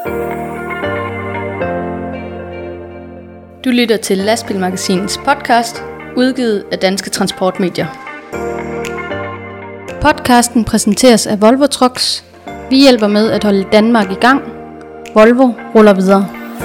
Du lytter til Lastbilmagasinets podcast, udgivet af Danske Transportmedier. Podcasten præsenteres af Volvo Trucks. Vi hjælper med at holde Danmark i gang. Volvo ruller videre.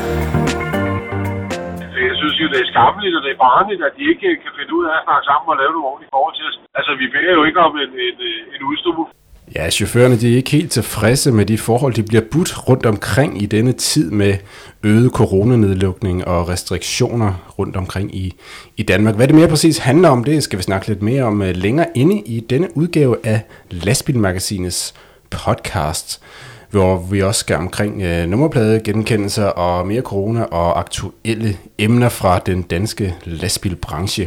Jeg synes jo, det er skammeligt, og det er barnligt, at de ikke kan finde ud af at snakke sammen og lave nogle ordentlige forhold til os. Altså, vi beder jo ikke om en udstue. Ja, chaufførerne de er ikke helt tilfredse med de forhold, de bliver budt rundt omkring i denne tid med øget coronanedlukning og restriktioner rundt omkring i Danmark. Hvad det mere præcis handler om, det skal vi snakke lidt mere om længere inde i denne udgave af Lastbilmagasinets podcast, hvor vi også skal omkring nummerpladegenkendelser og mere corona og aktuelle emner fra den danske lastbilbranche.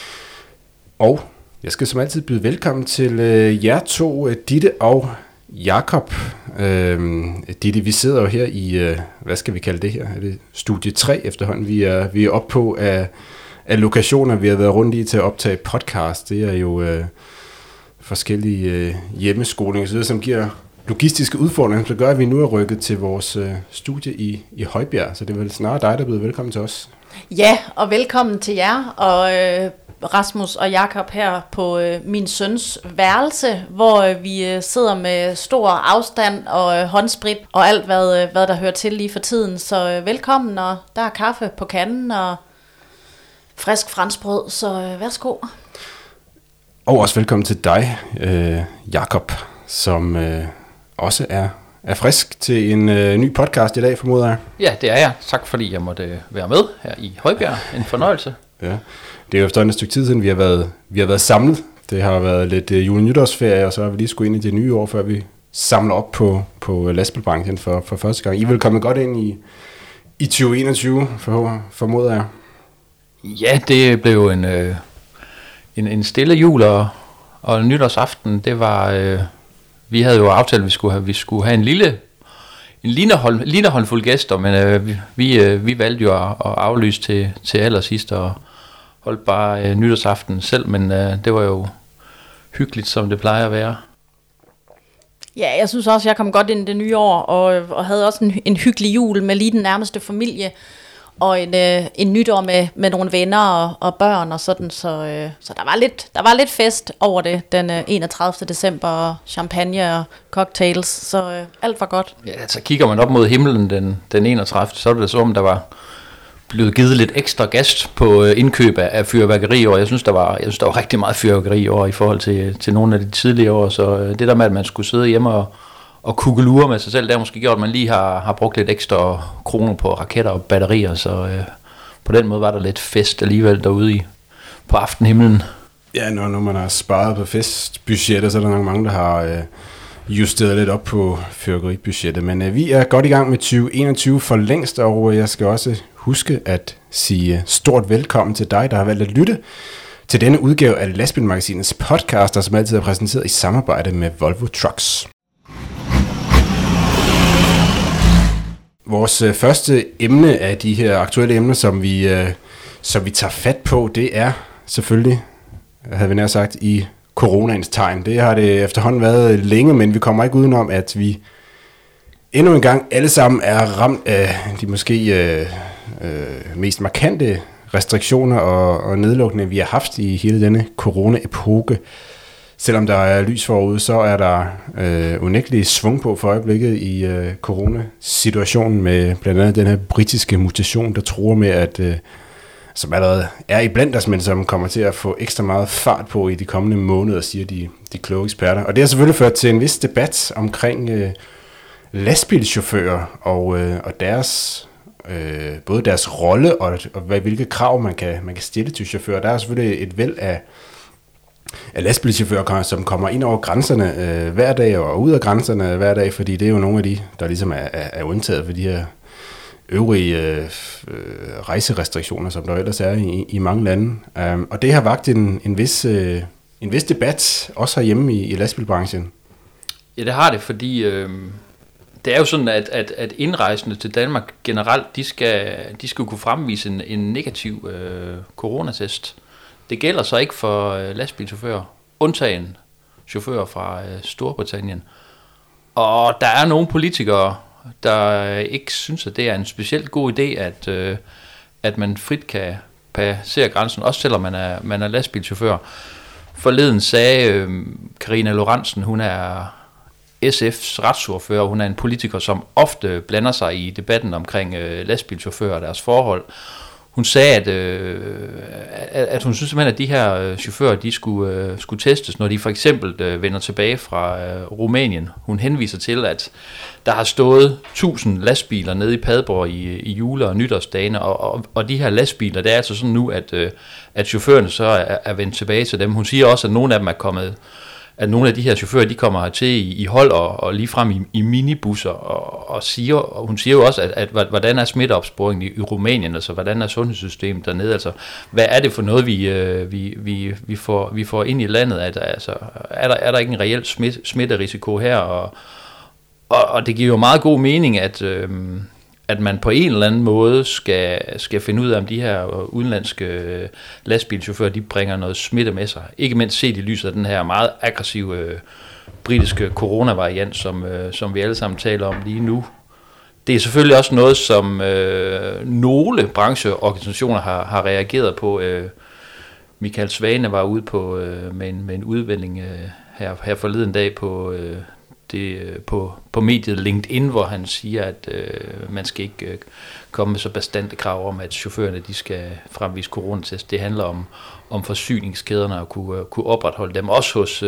Og jeg skal som altid byde velkommen til jer to, Ditte og Jakob. Ditte, vi sidder jo her i, hvad skal vi kalde det her? Er det studie 3 efterhånden? Vi er oppe på af lokationer, vi har været rundt i til at optage podcast. Det er jo forskellige hjemmeskolinger, som giver logistiske udfordringer, så gør, at vi nu er rykket til vores studie i Højbjerg. Så det er vel snart dig, der byder velkommen til os. Ja, og velkommen til jer og Rasmus og Jakob her på min søns værelse, hvor vi sidder med stor afstand og håndsprit og alt, hvad der hører til lige for tiden. Så velkommen, og der er kaffe på kanden og frisk franskbrød, så værsgo. Og også velkommen til dig, Jakob, som også er frisk til en ny podcast i dag, formoder jeg. Ja, det er jeg. Tak fordi jeg måtte være med her i Højbjerg. En fornøjelse. Ja. Det er jo efterhånden et stykke tid siden, vi har været samlet. Det har været lidt jule-nytårsferie, og så har vi lige skulle ind i det nye år, før vi samler op på lastbilbranchen for første gang. I vil komme godt ind i 2021, formoder jeg. Ja, det blev en stille jul og nytårsaften. Det var, vi havde jo aftalt, at vi skulle have en lille håndfuld gæster, men vi valgte jo at aflyse til allersidst og holdt bare nytårsaften selv, men det var jo hyggeligt, som det plejer at være. Ja, jeg synes også, jeg kom godt ind i det nye år, og havde også en hyggelig jul med lige den nærmeste familie, og en nytår med nogle venner og børn og sådan, så der var lidt fest over det den 31. december, og champagne og cocktails, så alt var godt. Ja, altså kigger man op mod himlen den 31. så er det som, der var blevet givet lidt ekstra gas på indkøb af fyrværkeri, og jeg synes, der var rigtig meget fyrværkeri i år i forhold til nogle af de tidligere år, så det der med, at man skulle sidde hjemme og kukkelure med sig selv, det har måske gjort, at man lige har brugt lidt ekstra kroner på raketter og batterier, så på den måde var der lidt fest alligevel derude på aftenhimlen. Ja, når man har sparet på festbudgettet, så er der nok mange, der har justeret lidt op på fyrværkeribudgettet, men vi er godt i gang med 2021 for længst, og jeg skal også huske at sige stort velkommen til dig, der har valgt at lytte til denne udgave af Lastbilmagasinets podcast, der som altid er præsenteret i samarbejde med Volvo Trucks. Vores første emne af de her aktuelle emner, som vi tager fat på, det er selvfølgelig, havde vi nær sagt, i coronaens tegn. Det har det efterhånden været længe, men vi kommer ikke udenom, at vi endnu en gang alle sammen er ramt af de måske mest markante restriktioner og nedlukninger, vi har haft i hele denne corona-epoke. Selvom der er lys forude, så er der unægtelig svung på for øjeblikket i coronasituationen med blandt andet den her britiske mutation, der truer med at som allerede er iblandt os, men som kommer til at få ekstra meget fart på i de kommende måneder, siger de kloge eksperter. Og det har selvfølgelig ført til en vis debat omkring lastbilchauffører og deres både deres rolle og hvilke krav man kan stille til chauffører. Der er selvfølgelig et væld af lastbilchauffører, som kommer ind over grænserne hver dag og ud af grænserne hver dag, fordi det er jo nogle af de, der ligesom er undtaget for de her øvrige rejserestriktioner, som der ellers er i mange lande. Og det har vakt en vis debat, også herhjemme i lastbilbranchen. Ja, det har det, fordi det er jo sådan, at indrejsende til Danmark generelt, de skal kunne fremvise en negativ coronatest. Det gælder så ikke for lastbilchauffører, undtagen chauffører fra Storbritannien. Og der er nogle politikere der ikke synes, at det er en specielt god idé, at man frit kan passere grænsen, også selvom man er lastbilchauffør. Forleden sagde Karina Lorentzen, hun er SF's retsordfører, hun er en politiker, som ofte blander sig i debatten omkring lastbilchauffører og deres forhold. Hun sagde, at hun synes simpelthen, at de her chauffører, de skulle testes, når de for eksempel vender tilbage fra Rumænien. Hun henviser til, at der har stået 1000 lastbiler nede i Padborg i jule- og nytårsdagene, og de her lastbiler, det er altså sådan nu, at chaufførerne så er vendt tilbage til dem. Hun siger også, at nogle af dem er kommet, at nogle af de her chauffører, de kommer hertil i hold og lige frem i minibusser, og hun siger jo også, at hvordan er smitteopsporingen i Rumænien, altså hvordan er sundhedssystemet dernede, altså hvad er det for noget, vi får ind i landet, altså er der ikke en reel smitterisiko her, og det giver jo meget god mening, at man på en eller anden måde skal finde ud af, om de her udenlandske lastbilchauffører, de bringer noget smitte med sig. Ikke mindst set i lyset af den her meget aggressive britiske coronavariant, som vi alle sammen taler om lige nu. Det er selvfølgelig også noget, som nogle brancheorganisationer har reageret på. Michael Svane var ude på med en udvending her forleden dag på mediet LinkedIn, hvor han siger, at man skal ikke komme med så bastante krav om, at chaufførerne de skal fremvise coronatest. Det handler om forsyningskæderne og kunne opretholde dem. Også hos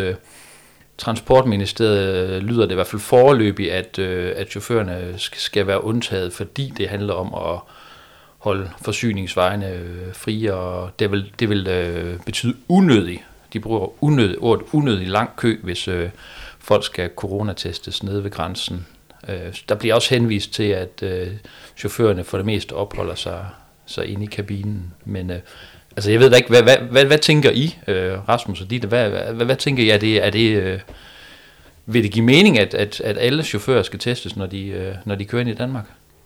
Transportministeriet lyder det i hvert fald foreløbigt, at chaufførerne skal være undtaget, fordi det handler om at holde forsyningsvejene fri, og det vil betyde unødig. De bruger ordet unødig lang kø, hvis folk skal coronatestes nede ved grænsen. Der bliver også henvist til, at chaufførerne for det meste opholder sig inde i kabinen. Men altså jeg ved da ikke, hvad tænker I, Rasmus og Ditte? Hvad tænker I? Er det vil det give mening, at alle chauffører skal testes, når de kører ind i Danmark?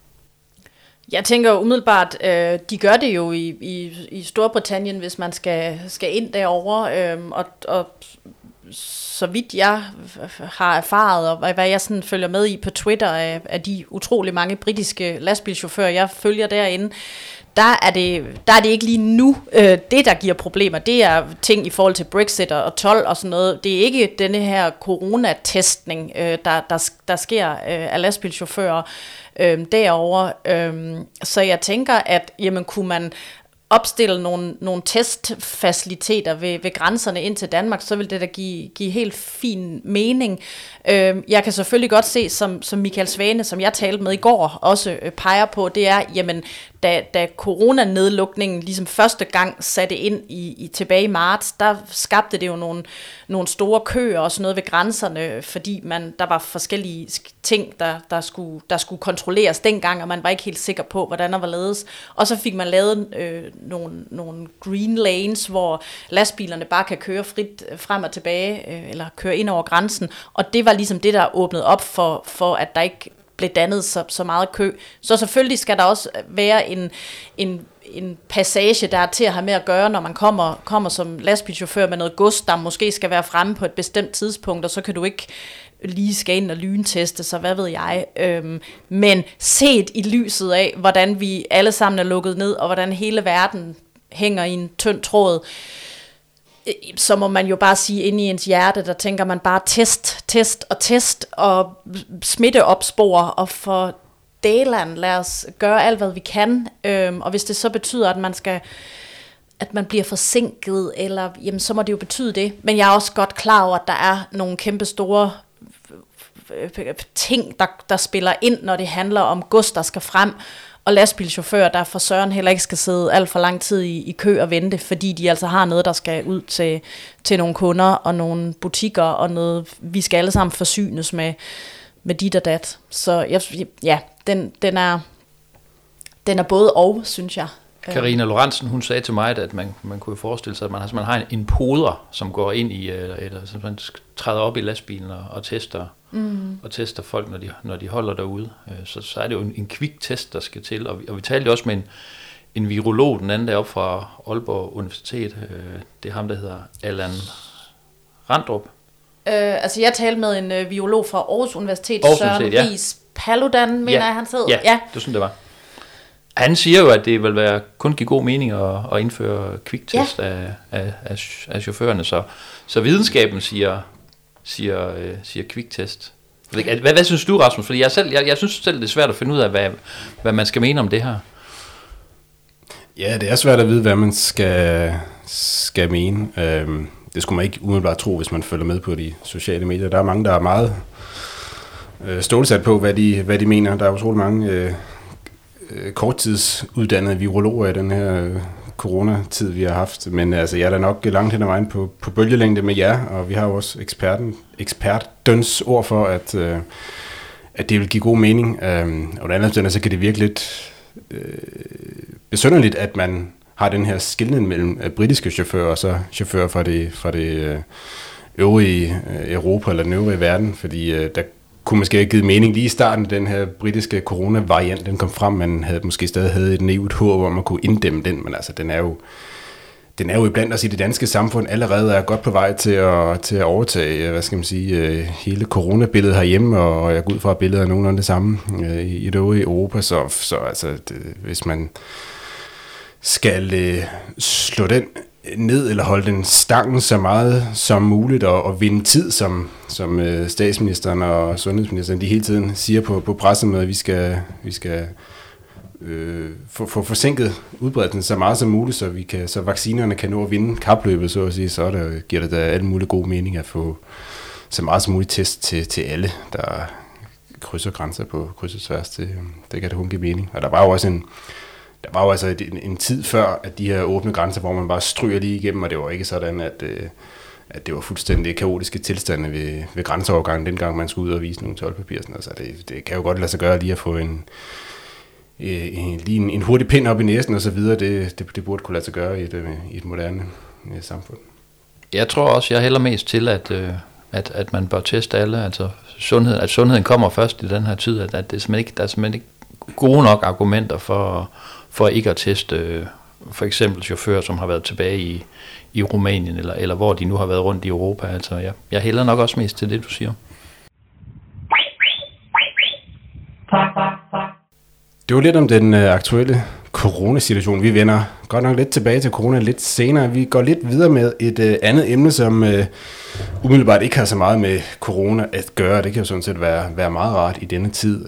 Jeg tænker umiddelbart, de gør det jo i Storbritannien, hvis man skal ind derover, og så vidt jeg har erfaret, og hvad jeg sådan følger med i på Twitter af de utrolig mange britiske lastbilchauffører, jeg følger derinde, der er det ikke lige nu, det der giver problemer. Det er ting i forhold til Brexit og 12 og sådan noget. Det er ikke denne her coronatestning, der sker af lastbilchauffører derovre. Så jeg tænker, at jamen, kunne man opstille nogle testfaciliteter ved grænserne ind til Danmark, så vil det da give helt fin mening. Jeg kan selvfølgelig godt se, som Michael Svane, som jeg talte med i går, også peger på, det er, jamen, da coronanedlukningen ligesom første gang satte ind tilbage i marts, der skabte det jo nogle store køer og sådan noget ved grænserne, fordi der var forskellige ting, der skulle kontrolleres dengang, og man var ikke helt sikker på, hvordan der var ledes. Og så fik man lavet nogle green lanes, hvor lastbilerne bare kan køre frit frem og tilbage, eller køre ind over grænsen, og det var ligesom det, der åbnede op for at der ikke blev dannet så meget kø. Så selvfølgelig skal der også være en passage, der er til at have med at gøre, når man kommer som lastbilchauffør med noget gods, der måske skal være fremme på et bestemt tidspunkt, og så kan du ikke lige skal ind og lynteste, så hvad ved jeg. Men set i lyset af, hvordan vi alle sammen er lukket ned, og hvordan hele verden hænger i en tynd tråd, så må man jo bare sige, inde i ens hjerte, der tænker man bare test og smitteopspor, og for delen, lad os gøre alt, hvad vi kan. Og hvis det så betyder, at man bliver forsinket, eller, jamen, så må det jo betyde det. Men jeg er også godt klar over, at der er nogle kæmpe store ting, der spiller ind, når det handler om gods, der skal frem, og lastbilchauffører, der for søren heller ikke skal sidde alt for lang tid i kø og vente, fordi de altså har noget, der skal ud til nogle kunder og nogle butikker, og noget, vi skal alle sammen forsynes med dit og dat. Så ja, den er både og, synes jeg. Karina Lorentzen, hun sagde til mig, at man kunne forestille sig, at man har en poder, som går ind i, eller som man træder op i lastbilen og tester, og tester folk, når de holder derude. Så er det jo en kviktest, der skal til. Og vi talte jo også med en virolog den anden dag op fra Aalborg Universitet. Det er ham, der hedder Allan Randrup. Altså jeg talte med en virolog fra Aarhus Universitet, Søren Ries Paludan, mener jeg, han hed. Ja, det var sådan, det var. Han siger jo, at det vil være kun give god mening at indføre kviktest af chaufførerne, så videnskaben siger kviktest. Hvad synes du, Rasmus? Fordi jeg synes selv, det er svært at finde ud af, hvad man skal mene om det her. Ja, det er svært at vide, hvad man skal mene. Det skulle man ikke umiddelbart tro, hvis man følger med på de sociale medier. Der er mange, der er meget stålsat på, hvad de mener. Der er utrolig mange korttidsuddannede virologer i den her coronatid, vi har haft. Men altså, jeg er da nok langt hen ad vejen på bølgelængde med jer, og vi har jo også ekspertens ord for, at det vil give god mening. Og det andet så kan det virke lidt besynderligt, at man har den her skilning mellem britiske chauffører og så chauffører fra det øvrige Europa eller den øvrige verden, fordi der kunne måske have givet mening lige i starten, den her britiske corona-variant, den kom frem, man havde måske stadig havde et naivt håb om at kunne inddæmme den, men altså den er jo iblandt os i det danske samfund allerede er godt på vej til at overtage, hvad skal man sige, hele coronabilledet herhjemme, og jeg går ud fra, at billedet er nogenlunde det samme i det øvrige Europa, så altså, hvis man skal slå den ned eller holde den stangen så meget som muligt og vinde tid, som statsministeren og sundhedsministeren de hele tiden siger på pressemødet, vi skal få forsinket udbredelsen så meget som muligt, så vaccinerne kan nå at vinde kapløbet, så at sige, så giver det da alle mulige gode mening at få så meget som muligt test til alle, der krydser grænser på kryds og tværs. Det kan da kun give mening. Og der var jo også en tid før, at de her åbne grænser, hvor man bare stryger lige igennem, og det var ikke sådan, at det var fuldstændig kaotiske tilstande ved grænseovergangen, dengang man skulle ud og vise nogle toldpapirer. Altså, det kan jo godt lade sig gøre lige at få en hurtig pind op i næsen og så videre. Det burde kunne lade sig gøre i et moderne samfund. Jeg tror også, jeg hælder mest til, at man bør teste alle. Altså sundheden kommer først i den her tid, at det der er simpelthen ikke gode nok argumenter for ikke at teste for eksempel chauffører, som har været tilbage i Rumænien, eller hvor de nu har været rundt i Europa. Altså, jeg hælder nok også mest til det, du siger. Det var lidt om den aktuelle coronasituation. Vi vender godt nok lidt tilbage til corona lidt senere. Vi går lidt videre med et andet emne, som umiddelbart ikke har så meget med corona at gøre. Det kan jo sådan set være meget rart i denne tid.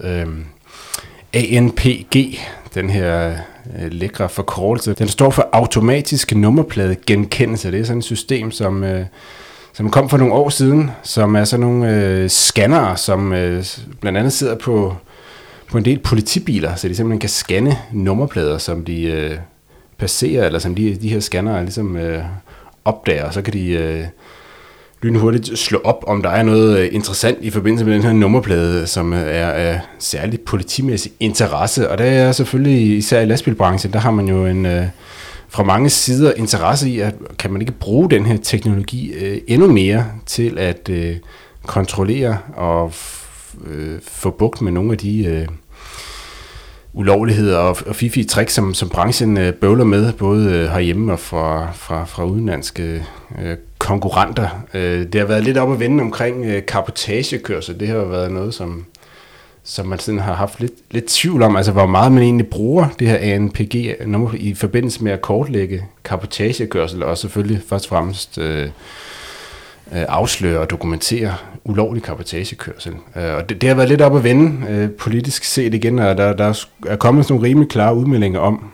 ANPG, den her lækre forkortelse, den står for automatisk nummerpladegenkendelse. Det er sådan et system, som kom for nogle år siden, som er sådan nogle scannere, som blandt andet sidder på en del politibiler, så de simpelthen kan scanne nummerplader, som de passerer, eller som de her scannere ligesom opdager, og så kan de lynhurtigt slå op, om der er noget interessant i forbindelse med den her nummerplade, som er af særligt politimæssig interesse. Og der er selvfølgelig, især i lastbilbranchen, der har man jo fra mange sider interesse i, at kan man ikke bruge den her teknologi endnu mere til at kontrollere og få bugt med nogle af de ulovligheder og fiffige tricks, som branchen bøvler med, både herhjemme og fra udenlandske konkurrenter. Det har været lidt op at vende omkring cabotagekørsel. Det har været noget, som man sådan har haft lidt tvivl om, altså hvor meget man egentlig bruger det her ANPG-nummer i forbindelse med at kortlægge cabotagekørsel, og selvfølgelig først og fremmest afsløre og dokumentere ulovlig cabotagekørsel. Og det har været lidt op at vende politisk set igen, og der er kommet sådan nogle rimelig klare udmeldinger om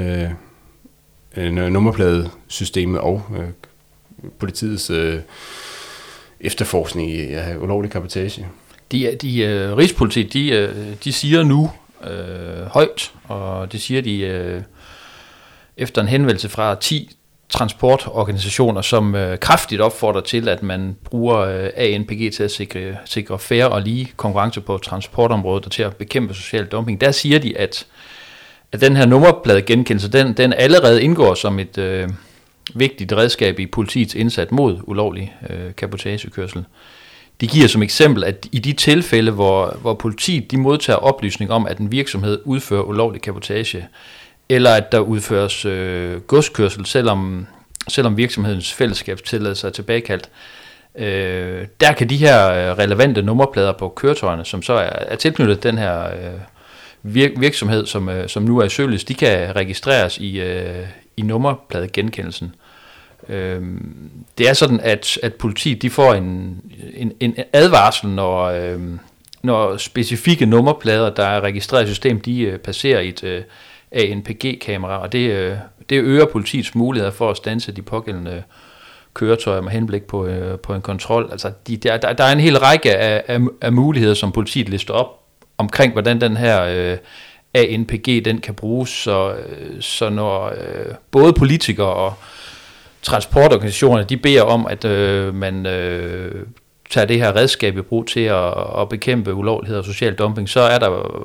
nummerpladesystemet og politiets efterforskning af ulovlig cabotage. Rigspolitiet, de siger nu højt, og det siger de efter en henvendelse fra 10 transportorganisationer, som kraftigt opfordrer til, at man bruger ANPG til at sikre fair og lige konkurrence på transportområdet og til at bekæmpe social dumping. Der siger de, at den her nummerpladegenkendelse, den allerede indgår som et vigtigt redskab i politiets indsats mod ulovlig cabotagekørsel. De giver som eksempel, at i de tilfælde, hvor politiet de modtager oplysning om, at en virksomhed udfører ulovlig cabotage, eller at der udføres godskørsel, selvom virksomhedens fællesskabstilladelse er tilbagekaldt, Der kan de her relevante nummerplader på køretøjerne, som så er tilknyttet den her virksomhed, som nu er i søgelys, de kan registreres i nummerpladegenkendelsen. Det er sådan, at politiet de får en advarsel, når specifikke nummerplader, der er registreret i systemet, de passerer et ANPG-kamera, og det øger politiets muligheder for at standse de pågældende køretøjer med henblik på en kontrol. Altså, der er en hel række af muligheder, som politiet lister op omkring, hvordan den her ANPG den kan bruges, så når både politikere og transportorganisationer, de beder om, at man tager det her redskab i brug til at bekæmpe ulovlighed og social dumping, så er der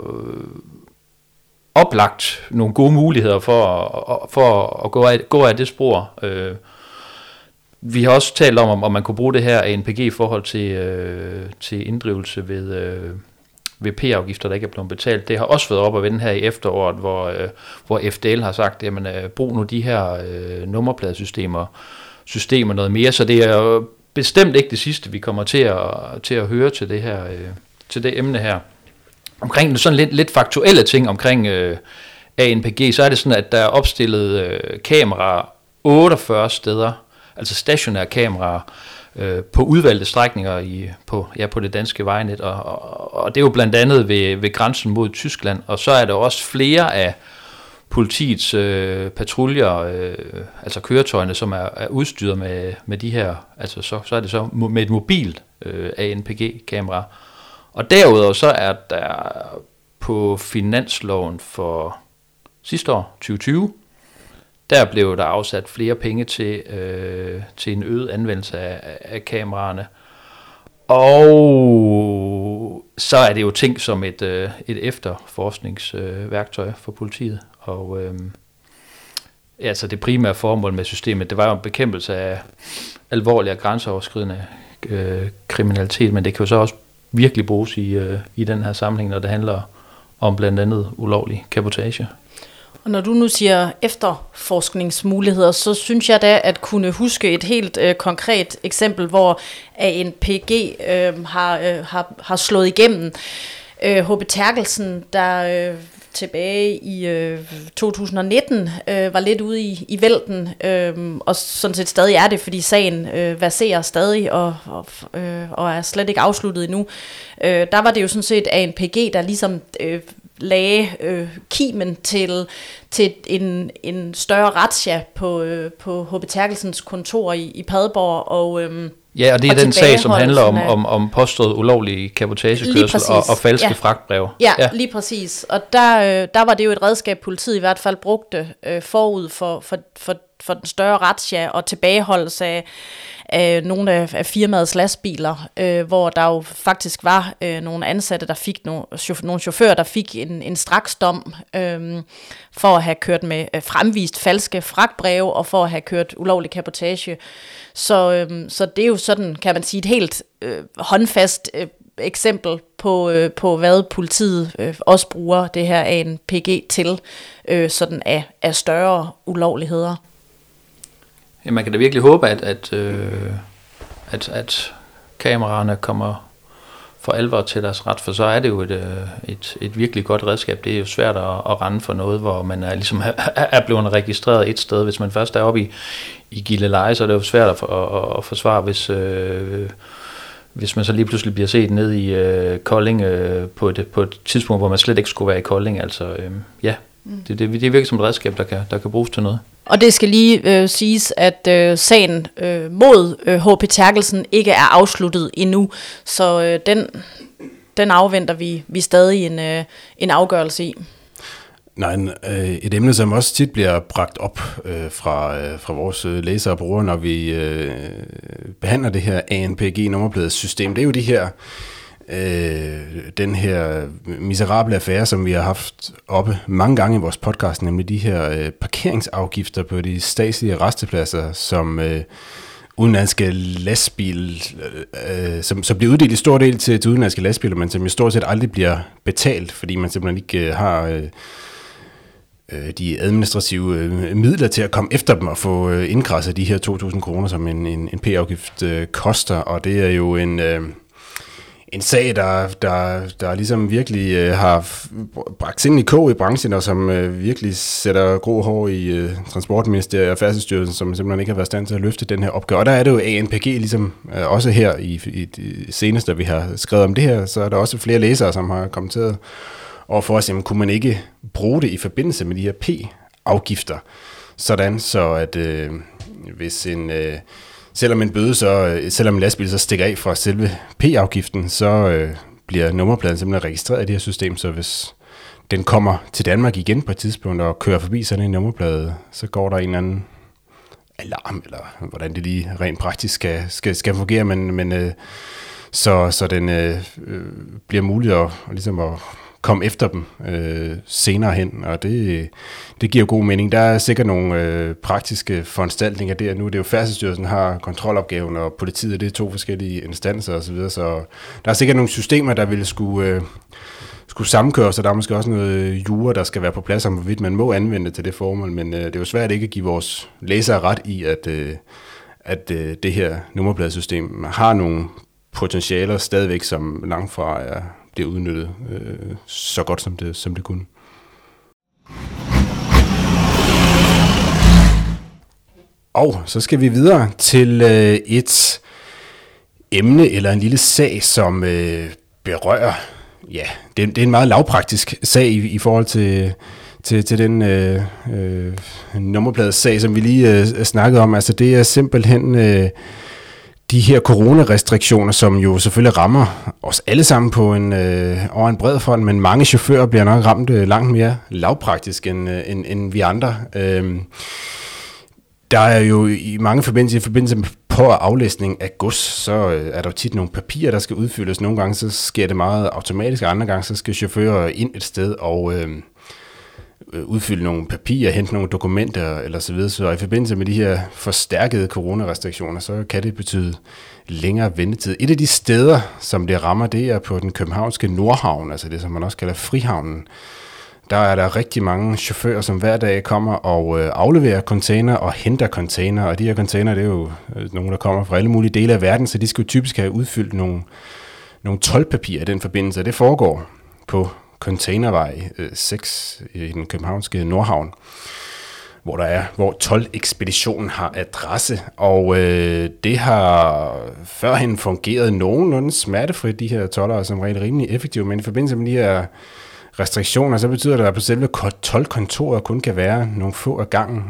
oplagt nogle gode muligheder for at gå af det spor. Vi har også talt om man kunne bruge det her ANPG i forhold til inddrivelse ved P-afgifter, der ikke er blevet betalt. Det har også været op at vende her i efteråret, hvor FDL har sagt, jamen brug nu de her nummerpladesystemer noget mere, så det er jo bestemt ikke det sidste, vi kommer til at høre til det her, til det emne her. Omkring sådan lidt faktuelle ting omkring ANPG, så er det sådan, at der er opstillet kameraer 48 steder, altså stationære kameraer, på udvalgte strækninger på det danske vejnet, og det er jo blandt andet ved grænsen mod Tyskland, og så er der også flere af politiets patruljer, altså køretøjerne, som er udstyret med de her, altså så er det så med et mobilt ANPG-kamera. Og derudover så er der på finansloven for sidste år, 2020, der blev der afsat flere penge til en øget anvendelse af kameraerne. Og så er det jo ting som et efterforskningsværktøj for politiet. Og altså det primære formål med systemet, det var jo en bekæmpelse af alvorlig og grænseoverskridende kriminalitet, men det kan jo så også virkelig bruges i den her sammenhæng, når det handler om blandt andet ulovlig cabotage. Og når du nu siger efterforskningsmuligheder, så synes jeg da at kunne huske et helt konkret eksempel, hvor ANPG har slået igennem. H.B. Terkelsen, der tilbage i 2019 var lidt ude i vælten, og sådan set stadig er det, fordi sagen verserer stadig og er slet ikke afsluttet endnu. Der var det jo sådan set ANPG, der ligesom lagde kimen til en større razzia på H.B. Terkelsens kontor i Padborg. Og ja, og det er den sag, som handler om påstået ulovlig cabotagekørsel og falske fragtbreve. Ja, lige præcis. Og der var det jo et redskab, politiet i hvert fald brugte forud for den større razzia og tilbageholdelse af nogle af firmaets lastbiler, hvor der jo faktisk var nogle ansatte, der fik nogle chauffører, der fik en straksdom for at have kørt med fremvist falske fragtbreve og for at have kørt ulovlig cabotage. Så det er jo sådan, kan man sige, et helt håndfast eksempel på hvad politiet også bruger det her ANPG til, sådan af større ulovligheder. Ja, man kan da virkelig håbe, at kameraerne kommer for alvor til deres ret, for så er det jo et virkelig godt redskab. Det er jo svært at rende for noget, hvor man er blevet registreret et sted. Hvis man først er oppe i Gilleleje, så er det jo svært at forsvare, hvis man så lige pludselig bliver set ned i Kolding på et tidspunkt, hvor man slet ikke skulle være i Kolding. Altså, det virker som et redskab, der kan bruges til noget. Og det skal lige siges, at sagen mod H.P. Terkelsen ikke er afsluttet endnu, så den afventer vi stadig en afgørelse i. Nej, et emne, som også tit bliver bragt op fra vores læsere og brugere, når vi behandler det her ANPG-nummerpladesystem, det er jo de her den her miserable affære, som vi har haft oppe mange gange i vores podcast, nemlig de her parkeringsafgifter på de statslige rastepladser, som udenlandske lastbil, som bliver uddelt i stor del til udenlandske lastbiler, men som i stort set aldrig bliver betalt, fordi man simpelthen ikke har de administrative midler til at komme efter dem og få indkradset de her 2.000 kroner, som en P-afgift koster. Og det er jo en sag, der ligesom virkelig har bragt ind i kog i branchen, og som virkelig sætter grå hår i Transportministeriet og Færdselsstyrelsen, som simpelthen ikke har været i stand til at løfte den her opgave. Og der er det jo ANPG ligesom også her i det seneste, vi har skrevet om det her, så er der også flere læsere, som har kommenteret overfor os, jamen kunne man ikke bruge det i forbindelse med de her P-afgifter, sådan så at hvis selvom en lastbil så stikker af fra selve P-afgiften, så bliver nummerpladen simpelthen registreret i det her system, så hvis den kommer til Danmark igen på et tidspunkt og kører forbi sådan en nummerplade, så går der en eller anden alarm, eller hvordan det lige rent praktisk skal fungere, men så den bliver muligt ligesom at komme efter dem senere hen, og det giver god mening. Der er sikkert nogle praktiske foranstaltninger der nu. Det er jo Færdselsstyrelsen har kontrolopgaven, og politiet, det er 2 forskellige instanser osv., så der er sikkert nogle systemer, der vil skulle sammenkøres, så der er måske også noget jura, der skal være på plads om, hvorvidt man må anvende det til det formål, men det er jo svært ikke at give vores læsere ret i, at det her nummerpladesystem har nogle potentialer stadigvæk, som langt fra bliver udnyttet så godt, som det kunne. Og så skal vi videre til et emne eller en lille sag, som berører, ja, det er en meget lavpraktisk sag i forhold til den nummerpladesag, som vi lige snakkede om. Altså det er simpelthen de her coronarestriktioner, som jo selvfølgelig rammer os alle sammen på over en bred front, men mange chauffører bliver nok ramt langt mere lavpraktisk end vi andre. Der er jo i mange forbindelse på aflæsning af gods, så er der jo tit nogle papirer, der skal udfyldes. Nogle gange så sker det meget automatisk, og andre gange så skal chauffører ind et sted og udfylde nogle papirer, hente nogle dokumenter eller så videre. Så i forbindelse med de her forstærkede coronarestriktioner, så kan det betyde længere ventetid. Et af de steder, som det rammer, det er på den københavnske Nordhavn, altså det, som man også kalder Frihavnen. Der er der rigtig mange chauffører, som hver dag kommer og afleverer container og henter container. Og de her container, det er jo nogle, der kommer fra alle mulige dele af verden, så de skal jo typisk have udfyldt nogle toldpapirer i den forbindelse. Det foregår på Containervej 6 i den københavnske Nordhavn, hvor toldekspeditionen har adresse, og det har førhen fungeret nogenlunde smertefrit, de her toldere, som regel rimelig effektive, men i forbindelse med de her restriktioner, så betyder det, at på selve toldkontoret kun kan være nogle få af gangen,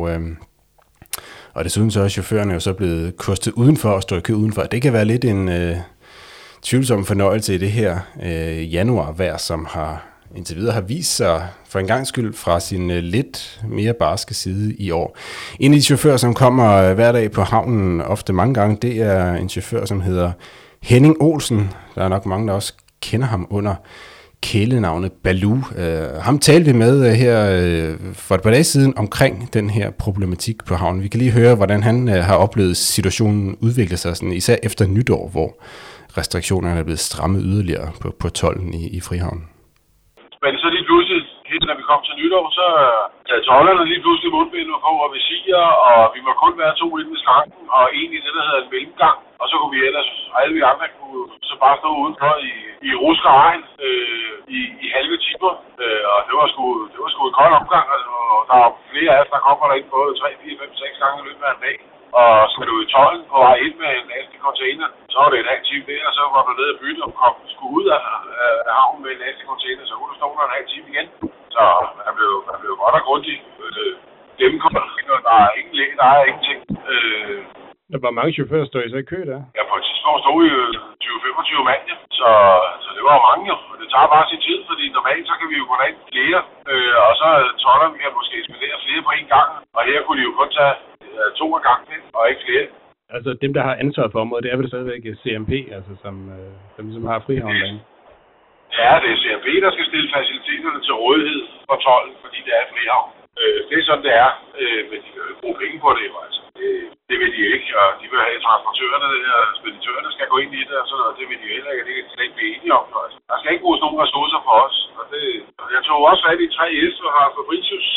og desuden så er chaufførerne jo så blevet kostet udenfor og stå i kø udenfor. Det kan være lidt en tvivlsom fornøjelse i det her januarvejr, som indtil videre har vist sig for en gangs skyld fra sin lidt mere barske side i år. En af de chauffører, som kommer hver dag på havnen, ofte mange gange, det er en chauffør, som hedder Henning Olsen. Der er nok mange, der også kender ham under kælenavnet Baloo. Ham talte vi med her for et par dage siden omkring den her problematik på havnen. Vi kan lige høre, hvordan han har oplevet situationen udvikle sig, sådan, især efter nytår, hvor restriktionerne er blevet strammet yderligere på tolden i Frihavnen. Men så lige pludselig, helt når vi kom til nytår, så havde tolderne lige pludselig mundbind på og visirer, og vi må kun være 2 inde i skranken, og en i det, der hedder en mellemgang. Og så kunne vi ellers, alle vi andre kunne så bare stå udenfor i rusk og regn i halve timer. Og det var sgu en kold omgang, og der var flere af os, der kommer der ind både 3, 4, 5, 6 gange i løbet af en dag. Og skal du i tolden på vej ind med en nasty container, så var det en halv time der, og så var du nede og bytte og skulle ud af havnen med en nasty container, så kunne du stå der en halv time igen. Så han blev godt og grundigt gennemkommet, og der er ingen læge, der er ingenting. Der var mange chauffører, stod I så i kø der? Ja, på et tidspunkt stod jo 20-25 mand, ja. Så det var mange jo, og det tager bare sin tid, fordi normalt så kan vi jo gå ind flere, og så tolderne kan måske spendere flere på en gang, og her kunne de jo kun tage 2 af gangen, og ikke flere. Altså dem, der har ansvaret for området, det er vel stadigvæk CMP, altså som har Frihavnen derinde? Ja, det er CMP, der skal stille faciliteterne til rådighed for tolden, fordi det er Frihavn. Det er sådan, det er, men de kan jo bruge penge på det, altså. Det vil de ikke, og de vil have transportørerne og speditørerne skal gå ind i det, og sådan noget. Det vil de heller ikke, det kan de slet ikke blive enige om. Altså. Der skal ikke bruges nogen ressourcer for os, og Og jeg tog også fat i 3S og har Fabricius,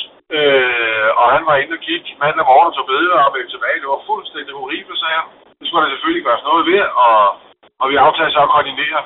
og han var inde og kigge mandag morgen og tog billeder og meldte tilbage. Det var fuldstændig horribelt, sagde han. Det skulle der selvfølgelig gøres noget ved, og vi aftalte så at koordinere.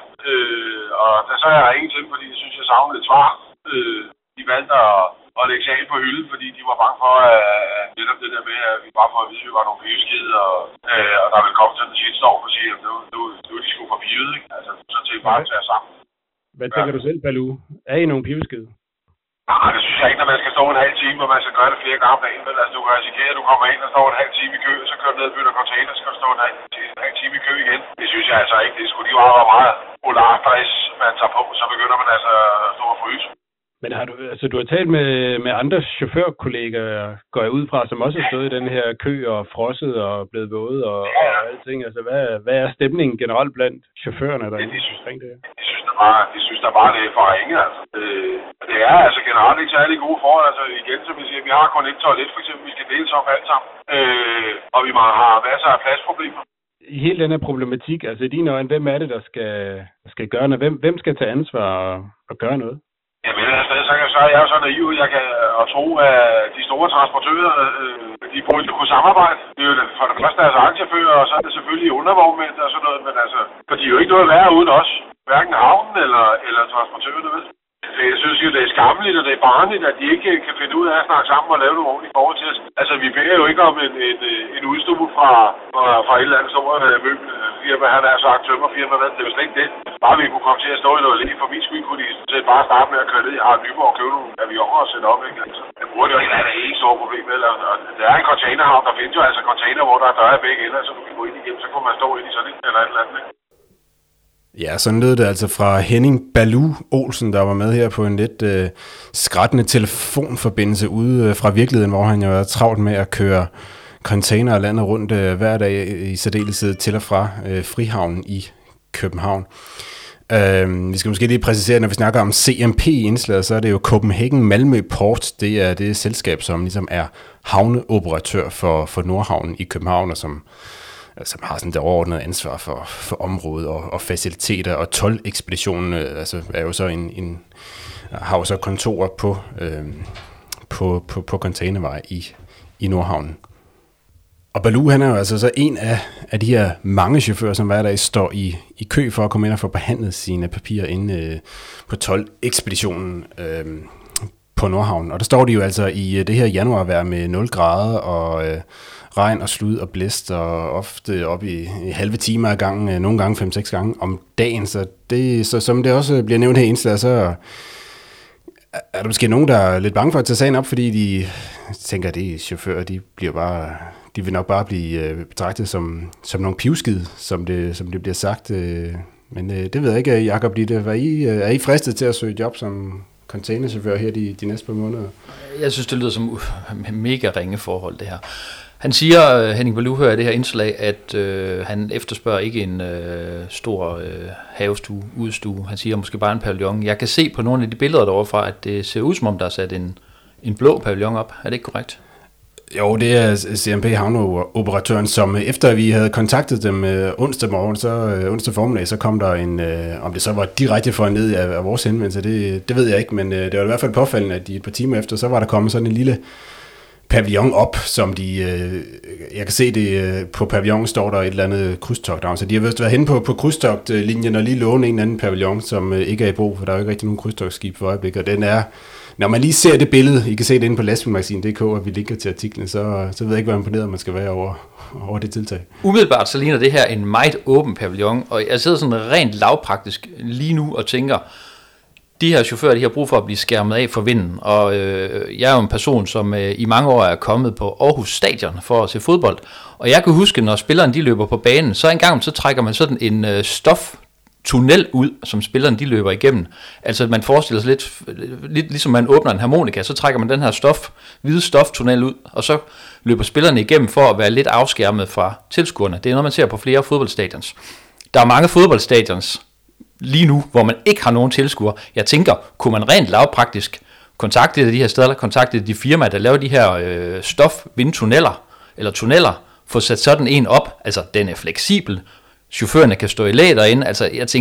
Og der så er jeg ingen til, fordi jeg synes, jeg savnede lidt svar. De valgte at lægge sagen på hylden, fordi de var bange for, at netop det der med, at vi bare får at vide, at vi var nogle piveskide, og der ville komme til den sidste år, for at sige, at nu er de sgu for pivet, ikke? Altså, så til bare at tage sammen. Hvad tænker du selv, Baloo? Er I nogle piveskide? Nej, det synes jeg ikke, når man skal stå en halv time, og man skal gøre det flere gange om dagen. Men altså, du kan risikere, at du kommer ind og står en halv time i kø, så kører du ned og bytter container, så skal du stå en halv time i kø igen. Det synes jeg altså ikke. Det skulle de jo meget polardress, man tager på, så begynder man altså at stå og fryse. Men du har talt med andre chaufførkollegaer, går jeg ud fra, som også har stået i den her kø og frosset og blevet våde og alting. Altså, hvad er stemningen generelt blandt chaufførerne, der de synes der bare, det er for ringe, altså. Det er altså generelt ikke særlig gode forhold. Altså igen, som vi siger, vi har kun et toilet, for eksempel, vi skal deles op alt sammen. Og vi har masser af pladsproblemer. I hele den her problematik, altså i dine øjne, hvem er det, der skal gøre noget? Hvem skal tage ansvar og gøre noget? Jamen, så er jeg jo så naiv, jeg kan tro, at de store transportører, de burde kunne samarbejde. Det er jo for det første deres egen chauffører, og så er det selvfølgelig undervognmænd og sådan noget, men altså, for de er jo ikke noget værre uden os. Hverken havnen eller transportørerne, ved. Jeg synes jo, det er skammeligt, og det er barnligt, at de ikke kan finde ud af at snakke sammen og lave nogle ordentlige forhold til os. Altså, vi beder jo ikke om en udstue fra et eller andet stort møbelfirma, han er sagt tømmerfirma, det er jo slet ikke det. Bare vi kunne komme til at stå i noget lidt, for min skyld kunne de bare starte med at køre ned i Harald Nyborg og købe nogle avioner og sætte op, ikke? Altså, det burde jo ikke være det helt store problem, eller der er en containerhavn, der findes jo altså container, hvor der er døre begge ender, så du kan gå ind igennem, så kunne man stå ind i sådan et eller andet, ikke? Ja, sådan lød det altså fra Henning Baloo Olsen, der var med her på en lidt skrættende telefonforbindelse ude fra virkeligheden, hvor han jo er travlt med at køre container landet rundt hver dag, i særdeleshed til og fra Frihavnen i København. Vi skal måske lige præcisere, når vi snakker om CMP i indslaget, så er det jo Copenhagen Malmø Port. Det er det selskab, som ligesom er havneoperatør for Nordhavnen i København, og som har sådan det overordnede ansvar for området og faciliteter, og toldekspeditionen er jo så har jo så kontorer på containervej i Nordhavnen. Og Baloo, han er jo altså så en af de her mange chauffører, som hver dag står i kø for at komme ind og få behandlet sine papirer inde på toldekspeditionen på Nordhavnen. Og der står de jo altså i det her januarvejr med 0 grader og regn og slud og blæst, og ofte op i halve timer ad gangen, nogle gange 5-6 gange om dagen. Så som det også bliver nævnt her i indslaget, så er der måske nogen, der er lidt bange for at tage sagen op, fordi de tænker, at de chauffører, de vil nok bare blive betragtet som nogle pivskid, som det bliver sagt. Men det ved jeg ikke, Jakob, er I fristet til at søge job som containerchauffør her de næste par måneder? Jeg synes, det lyder som mega ringe forhold, det her. Han siger, Henning Baloo hører i det her indslag, at han efterspørger ikke en stor havestue, udstue. Han siger måske bare en pavillon. Jeg kan se på nogle af de billeder derovre fra, at det ser ud som om, der er sat en blå pavillon op. Er det ikke korrekt? Jo, det er CMP havneoperatøren, som efter vi havde kontaktet dem onsdag formiddag, så kom der om det så var direkte foranledet af vores henvendelse, det ved jeg ikke, men det var i hvert fald påfaldende, at et par timer efter, så var der kommet sådan en lille pavillon op, som jeg kan se det, på pavillonen står der et eller andet krydstogt, så de har vist været henne på krydstogtlinjen og lige låne en anden pavillon, som ikke er i brug, for der er jo ikke rigtig nogen krydstogtskib for øjeblikket, og den er, når man lige ser det billede, I kan se det inde på lastbilmagasin.dk, og vi linker til artiklen, så ved jeg ikke, hvor imponeret man skal være over det tiltag. Umiddelbart så ligner det her en meget åben pavillon, og jeg sidder sådan rent lavpraktisk lige nu og tænker, de her chauffører, de har brug for at blive skærmet af for vinden, og jeg er jo en person, som i mange år er kommet på Aarhus Stadion for at se fodbold, og jeg kan huske, når spilleren de løber på banen, så engang så trækker man sådan en stoftunnel ud, som spilleren de løber igennem. Altså man forestiller sig lidt ligesom man åbner en harmonika, så trækker man den her hvide stoftunnel ud, og så løber spillerne igennem for at være lidt afskærmet fra tilskuerne. Det er noget, man ser på flere fodboldstadions. Der er mange fodboldstadions lige nu, hvor man ikke har nogen tilskuere. Jeg tænker, kunne man rent lavpraktisk kontakte de her steder, kontakte de firmaer, der laver de her stofvindtunneller, eller tunneller, få sat sådan en op, altså den er fleksibel, chaufførerne kan stå i læ derinde, altså jeg tænker,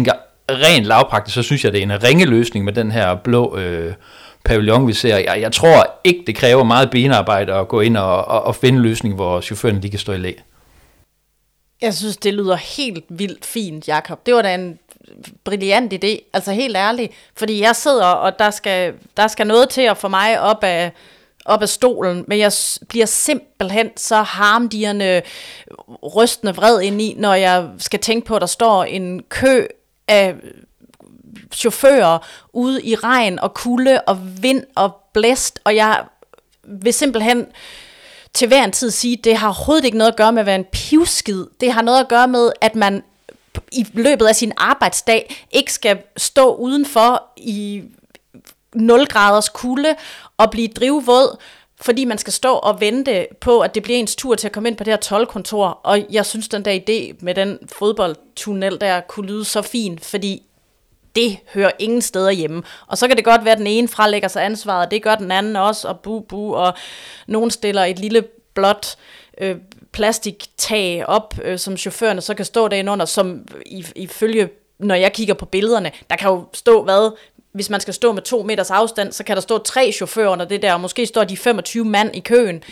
rent lavpraktisk, så synes jeg, det er en ringe løsning med den her blå pavillon, vi ser. Jeg tror ikke, det kræver meget benarbejde at gå ind og finde en løsning, hvor chaufførerne de kan stå i læ. Jeg synes, det lyder helt vildt fint, Jakob. Det var da en brilliant idé, altså helt ærligt. Fordi jeg sidder, og der skal noget til at få mig op af stolen, men jeg bliver simpelthen så harmdirrende, rystende vred indeni, når jeg skal tænke på, at der står en kø af chauffører ude i regn og kulde og vind og blæst, og jeg vil simpelthen til hver en tid sige, at det har overhovedet ikke noget at gøre med at være en pivskid. Det har noget at gøre med, at man i løbet af sin arbejdsdag ikke skal stå udenfor i 0 graders kulde og blive drivvåd, fordi man skal stå og vente på, at det bliver ens tur til at komme ind på det her toldkontor. Og jeg synes, den der idé med den fodboldtunnel der kunne lyde så fint, fordi det hører ingen steder hjemme. Og så kan det godt være, at den ene fralægger sig ansvaret, og det gør den anden også, og bu, og nogen stiller et lille blåt plastiktag op, som chaufførerne så kan stå derinde under, som ifølge, når jeg kigger på billederne, der kan jo stå, hvis man skal stå med 2 meters afstand, så kan der stå 3 chauffører under det der, og måske står de 25 mand i køen.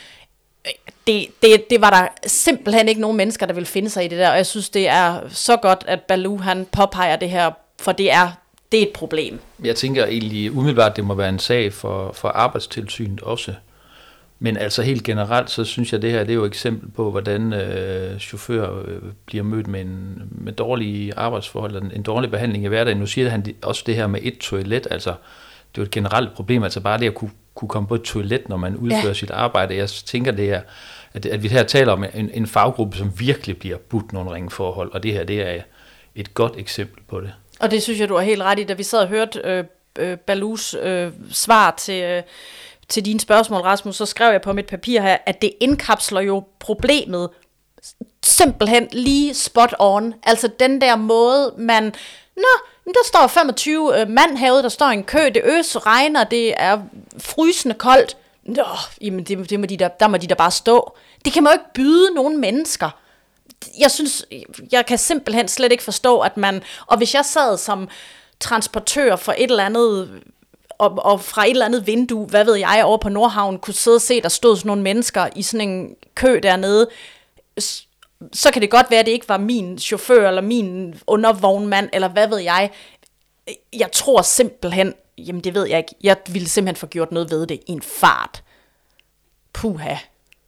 Det var der simpelthen ikke nogen mennesker, der vil finde sig i det der, og jeg synes, det er så godt, at Baloo han påpeger det her, for det er et problem. Jeg tænker egentlig umiddelbart, det må være en sag for Arbejdstilsynet også. Men altså helt generelt, så synes jeg, det her det er jo et eksempel på, hvordan chauffører bliver mødt med dårlige arbejdsforhold, en dårlig behandling i hverdagen. Nu siger han også det her med et toilet, altså det er jo et generelt problem, altså bare det at kunne komme på et toilet, når man udfører sit arbejde. Jeg tænker, det er, at vi her taler om en faggruppe, som virkelig bliver budt nogle ringeforhold, og det her, det er et godt eksempel på det. Og det synes jeg, du har helt ret i, da vi sad og hørte Baloos svar til dine spørgsmål, Rasmus, så skrev jeg på mit papir her, at det indkapsler jo problemet simpelthen lige spot on. Altså den der måde, der står 25 mand herude, der står i en kø, det regner, det er frysende koldt. Jamen der må de da bare stå. Det kan man jo ikke byde nogen mennesker. Jeg synes, jeg kan simpelthen slet ikke forstå, at og hvis jeg sad som transportør for et eller andet, og fra et eller andet vindue, hvad ved jeg, over på Nordhavn, kunne sidde og se, der stod sådan nogle mennesker i sådan en kø dernede, så kan det godt være, at det ikke var min chauffør, eller min undervognmand, eller hvad ved jeg. Jeg tror simpelthen, jamen det ved jeg ikke, jeg ville simpelthen få gjort noget ved det i en fart. Puha.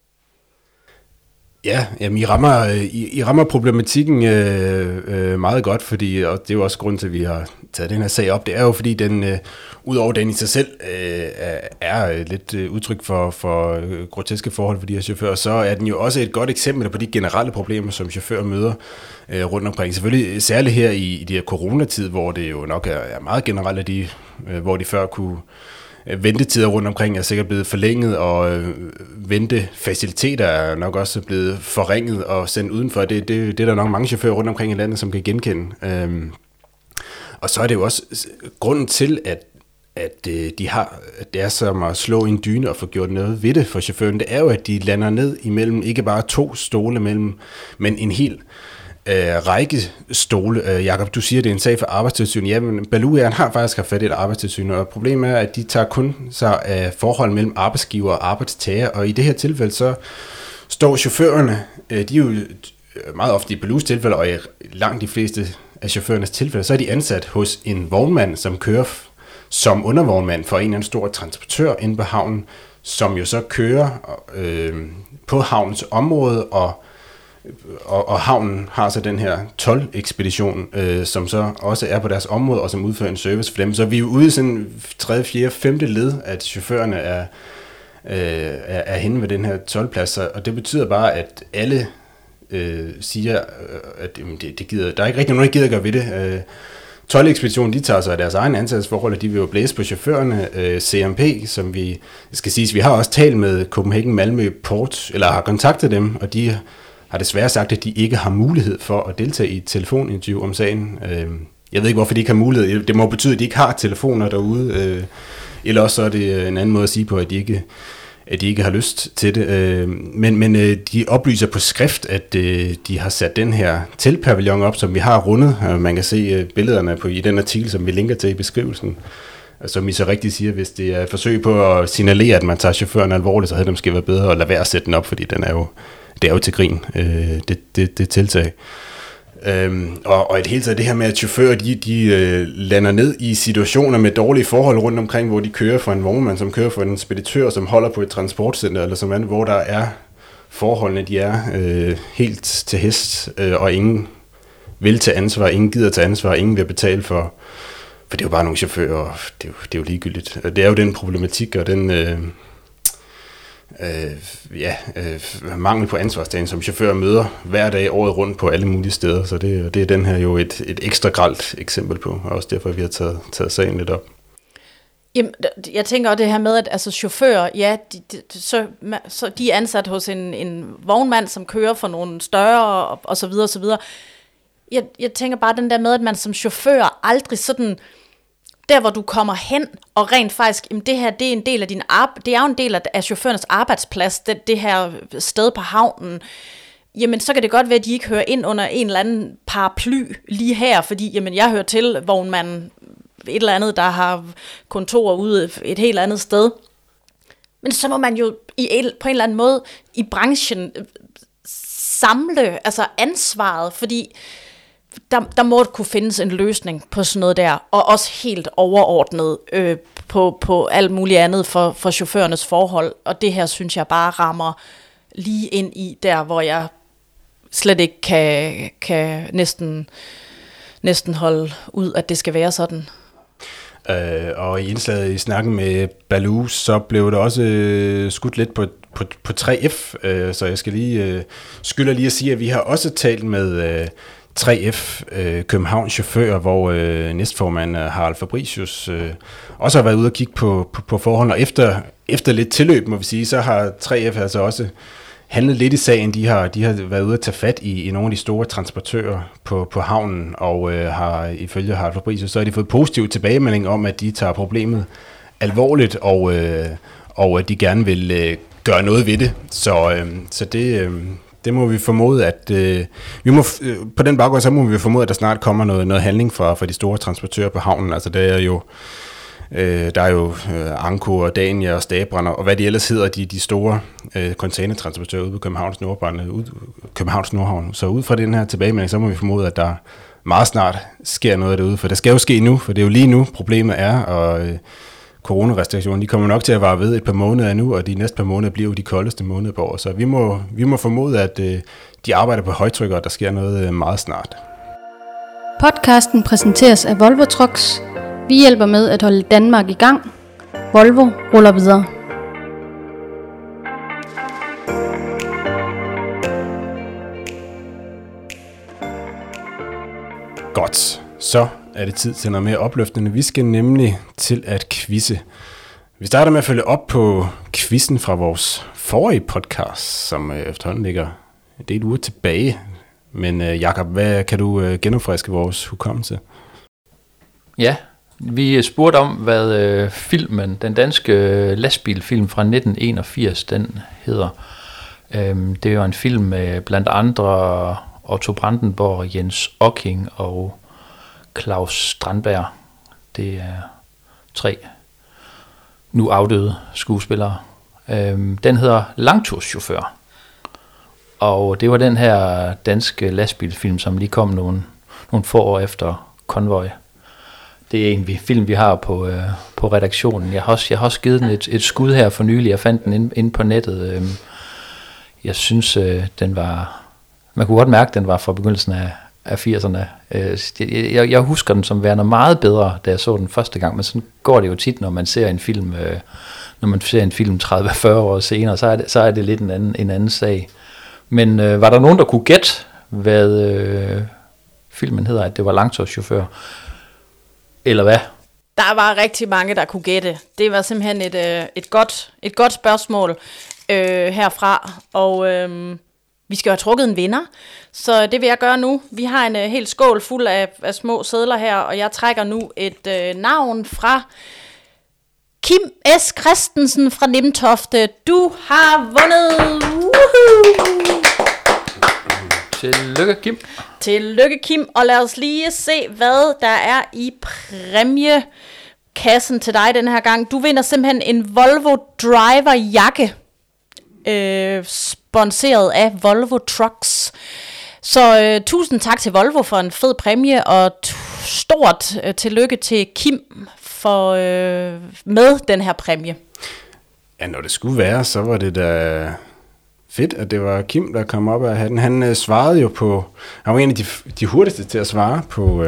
Ja, jamen I rammer problematikken meget godt, fordi, og det er jo også grund til, at vi har taget den her sag op, det er jo fordi, den, udover den i sig selv er lidt udtryk for groteske forhold for de her chauffører, så er den jo også et godt eksempel på de generelle problemer, som chauffører møder rundt omkring. Selvfølgelig særligt her i de her coronatid, hvor det jo nok er meget generelt, hvor de før kunne ventetider rundt omkring er sikkert blevet forlænget, og ventefaciliteter er nok også blevet forringet og sendt udenfor. Det er der nok mange chauffører rundt omkring i landet, som kan genkende. Og så er det jo også grunden til, at det er som at slå en dyne og få gjort noget ved det for chaufføren. Det er jo, at de lander ned imellem ikke bare 2 stole, men en hel række stole. Jakob, du siger, det er en sag for Arbejdstilsynet. Jamen, Baloo har faktisk haft fat i et Arbejdstilsyn, og problemet er, at de tager kun sig af forhold mellem arbejdsgiver og arbejdstager, og i det her tilfælde, så står chaufførerne, de er jo meget ofte i Baloos tilfælde, og i langt de fleste af chaufførernes tilfælde, så er de ansat hos en vognmand, som kører som undervognmand for en eller anden stor transportør inde på havnen, som jo så kører på havnens område, og havnen har så den her toldekspedition, som så også er på deres område, og som udfører en service for dem. Så vi er jo ude i sådan 3., 4., 5. led, at chaufførerne er henne ved den her toldplads, og det betyder bare, at alle siger, at det gider, der er ikke rigtig nogen, der gider at gøre ved det. Toldekspeditionen, de tager sig af deres egen ansættelsesforhold, og de vil jo blæse på chaufførerne. CMP, som vi skal sige, vi har også talt med Copenhagen Malmø Port, eller har kontaktet dem, og de har desværre sagt, at de ikke har mulighed for at deltage i et telefoninterview om sagen. Jeg ved ikke, hvorfor de ikke har mulighed. Det må betyde, at de ikke har telefoner derude. Eller også så er det en anden måde at sige på, at de ikke at de ikke har lyst til det. Men de oplyser på skrift, at de har sat den her teltpavillon op, som vi har rundet. Man kan se billederne i den artikel, som vi linker til i beskrivelsen. Som I så rigtigt siger, hvis det er et forsøg på at signalere, at man tager chaufføren alvorligt, så havde det måske været bedre at lade være at sætte den op, fordi det er jo til grin, det tiltag. Og i det hele taget det her med, at chauffører de lander ned i situationer med dårlige forhold rundt omkring, hvor de kører for en vognmand, som kører for en speditør, som holder på et transportcenter, eller som andet, hvor der er forholdene, de er helt til hest, og ingen vil tage ansvar, ingen gider tage ansvar, ingen vil betale for det er jo bare nogle chauffører, og det er jo ligegyldigt. Det er jo den problematik, og den mangel på ansvarstagen, som chauffører møder hver dag året rundt på alle mulige steder. Så det er den her jo et ekstra grelt eksempel på, og også derfor vi har taget sagen lidt op. Jamen, jeg tænker også det her med, at altså, chauffører, ja, så de er ansat hos en vognmand, som kører for nogle større, og så videre, og så videre. Jeg tænker bare den der med, at man som chauffør aldrig sådan, der hvor du kommer hen, og rent faktisk, jamen det her, det er en del af det er jo en del af chaufførernes arbejdsplads, det her sted på havnen. Jamen så kan det godt være, at de ikke hører ind under en eller anden paraply lige her, fordi jamen jeg hører til vognmanden et eller andet, der har kontor ude et helt andet sted. Men så må man jo på en eller anden måde i branchen samle altså ansvaret, fordi der må kunne findes en løsning på sådan noget der, og også helt overordnet på alt muligt andet for chaufførernes forhold, og det her synes jeg bare rammer lige ind i der, hvor jeg slet ikke kan næsten holde ud, at det skal være sådan. Og i indslaget i snakken med Baloo, så blev det også skudt lidt på 3F, så jeg skal skylder lige at sige, at vi har også talt med 3F Københavns chauffører, hvor næstformand Harald Fabricius også har været ude og kigge på forhold, og efter lidt tilløb, må vi sige, så har 3F altså også handlet lidt i sagen. De har været ude at tage fat i nogle af de store transportører på havnen, og har ifølge Harald Fabricius, så har de fået positiv tilbagemelding om, at de tager problemet alvorligt, og at de gerne vil gøre noget ved det. Så det må vi formode, at på den baggrund, så må vi formode, at der snart kommer noget handling fra de store transportører på havnen. Altså der er jo Anko og Dania og Stabrand og hvad de ellers hedder, de store containertransportører ude på Københavns Nordhavn. Så ud fra den her tilbagemelding, så må vi formode, at der meget snart sker noget derude, for der skal jo ske nu, for det er jo lige nu problemet er, og coronarestriktioner, de kommer nok til at vare ved et par måneder nu, og de næste par måneder bliver jo de koldeste måneder på år. Så vi må formode, at de arbejder på højtryk, og der sker noget meget snart. Podcasten præsenteres af Volvo Trucks. Vi hjælper med at holde Danmark i gang. Volvo ruller videre. Godt, så er det tid til noget mere opløftende. Vi skal nemlig til at quizze. Vi starter med at følge op på quizzen fra vores forrige podcast, som efterhånden ligger en del uger tilbage. Men Jakob, hvad kan du genopfriske vores hukommelse? Ja, vi spurgte om, hvad filmen, den danske lastbilfilm fra 1981, den hedder. Det er jo en film med blandt andre Otto Brandenborg, Jens Ocking og Claus Strandberg. Det er 3 nu afdøde skuespillere. Den hedder Langturschauffør. Og det var den her danske lastbilfilm, som lige kom nogle få år efter Konvoj. Det er en film, vi har på redaktionen. Jeg har også givet den et skud her for nylig. Jeg fandt den inde på nettet. Jeg synes, den var... Man kunne godt mærke, at den var fra begyndelsen af 80'erne. Jeg husker den som værende meget bedre, da jeg så den første gang, men sådan går det jo tit, når man ser en film, 30-40 år senere, så er det lidt en anden sag. Men var der nogen, der kunne gætte, hvad filmen hedder, at det var Langturschauffør? Eller hvad? Der var rigtig mange, der kunne gætte. Det var simpelthen et godt spørgsmål herfra, og vi skal jo have trukket en vinder, så det vil jeg gøre nu. Vi har en hel skål fuld af små sedler her, og jeg trækker nu et navn fra Kim S. Christensen fra Nimtofte, du har vundet. Woohoo! Tillykke, Kim. Tillykke, Kim. Og lad os lige se, hvad der er i præmiekassen til dig den her gang. Du vinder simpelthen en Volvo Driver jakke, sponsoreret af Volvo Trucks. Så tusind tak til Volvo for en fed præmie, og stort tillykke til Kim for med den her præmie. Ja, når det skulle være, så var det da fedt, at det var Kim, der kom op af hatten. Han svarede jo på, han var en af de hurtigste til at svare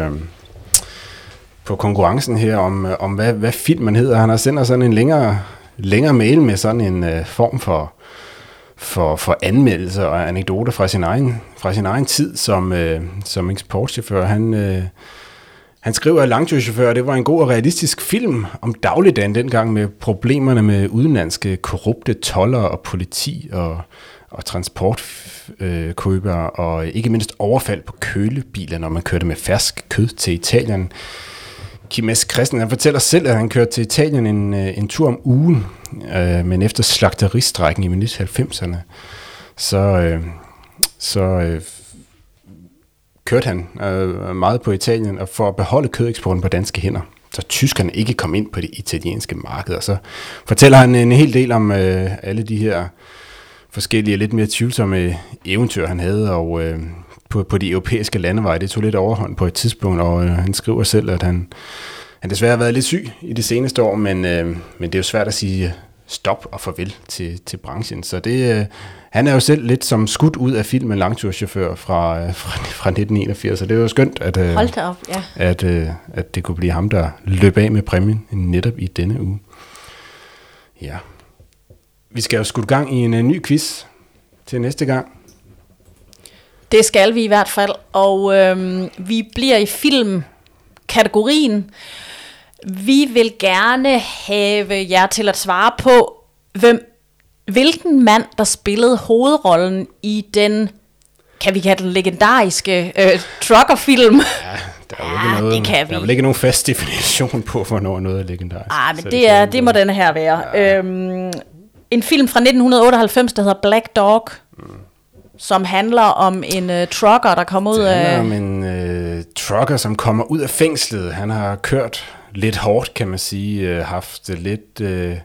på konkurrencen her om hvad filmen hedder. Han har sendt os sådan en længere mail med sådan en form for anmeldelser og anekdoter fra sin egen tid som eksportchauffør. Han skriver, at Langturschauffør, det var en god og realistisk film om dagligdagen dengang med problemerne med udenlandske korrupte toldere og politi og transportkøbere og ikke mindst overfald på kølebiler, når man kørte med fersk kød til Italien. Kim S. Christensen, han fortæller selv, at han kørte til Italien en tur om ugen, men efter slagteristrækken i midt 90'erne, så kørte han meget på Italien og for at beholde kødeksporten på danske hænder, så tyskerne ikke kom ind på det italienske marked. Og så fortæller han en hel del om alle de her forskellige, lidt mere tvivlsomme eventyr, han havde, og på de europæiske landeveje. Det tog lidt overhånd på et tidspunkt, og han skriver selv, at han desværre har været lidt syg i de seneste år, men det er jo svært at sige stop og farvel til branchen. Så det, han er jo selv lidt som skudt ud af filmen Langturschauffør fra 1981, så det er jo skønt, at det kunne blive ham, der løb af med præmien netop i denne uge. Ja. Vi skal jo skudt gang i en ny quiz til næste gang. Det skal vi i hvert fald, og vi bliver i filmkategorien. Vi vil gerne have jer til at svare på, hvilken mand, der spillede hovedrollen i den, kan vi kalde den legendariske truckerfilm. Ja, der er vel ikke nogen fast definition på, hvornår noget er legendarisk. Men det må den her være. Ja. En film fra 1998, der hedder Black Dog, som handler om en trucker, der kommer ud af... Det handler om en trucker, som kommer ud af fængslet. Han har kørt lidt hårdt, kan man sige, haft lidt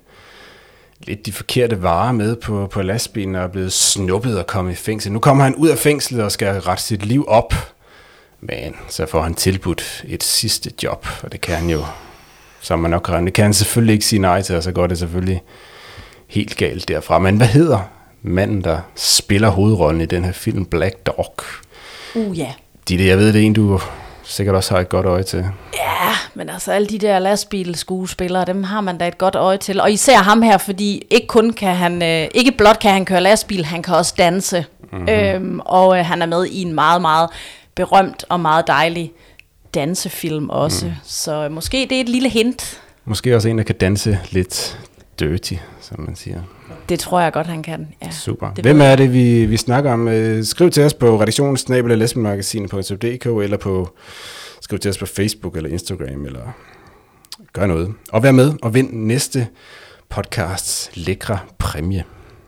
de forkerte varer med på lastbilen og er blevet snuppet og kommet i fængsel. Nu kommer han ud af fængslet og skal rette sit liv op, men så får han tilbudt et sidste job, og det kan han jo, som man nok regner. Det kan han selvfølgelig ikke sige nej til, og så går det selvfølgelig helt galt derfra. Men hvad hedder manden, der spiller hovedrollen i den her film Black Dog? Ja. Jeg ved, det er en, du sikkert også har et godt øje til. Ja, men altså alle de der lastbilskuespillere, dem har man da et godt øje til. Og især ham her, fordi ikke blot kan han køre lastbil, han kan også danse. Mm-hmm. Og han er med i en meget, meget berømt og meget dejlig dansefilm også. Så måske det er et lille hint. Måske også en, der kan danse lidt dirty, som man siger. Det tror jeg godt, han kan. Ja. Super. Hvem er det, vi snakker om? Skriv til os på redaktionen@lesbienmagasinet.dk eller skriv til os på Facebook eller Instagram, eller gør noget. Og vær med og vind næste podcasts lækre præmie.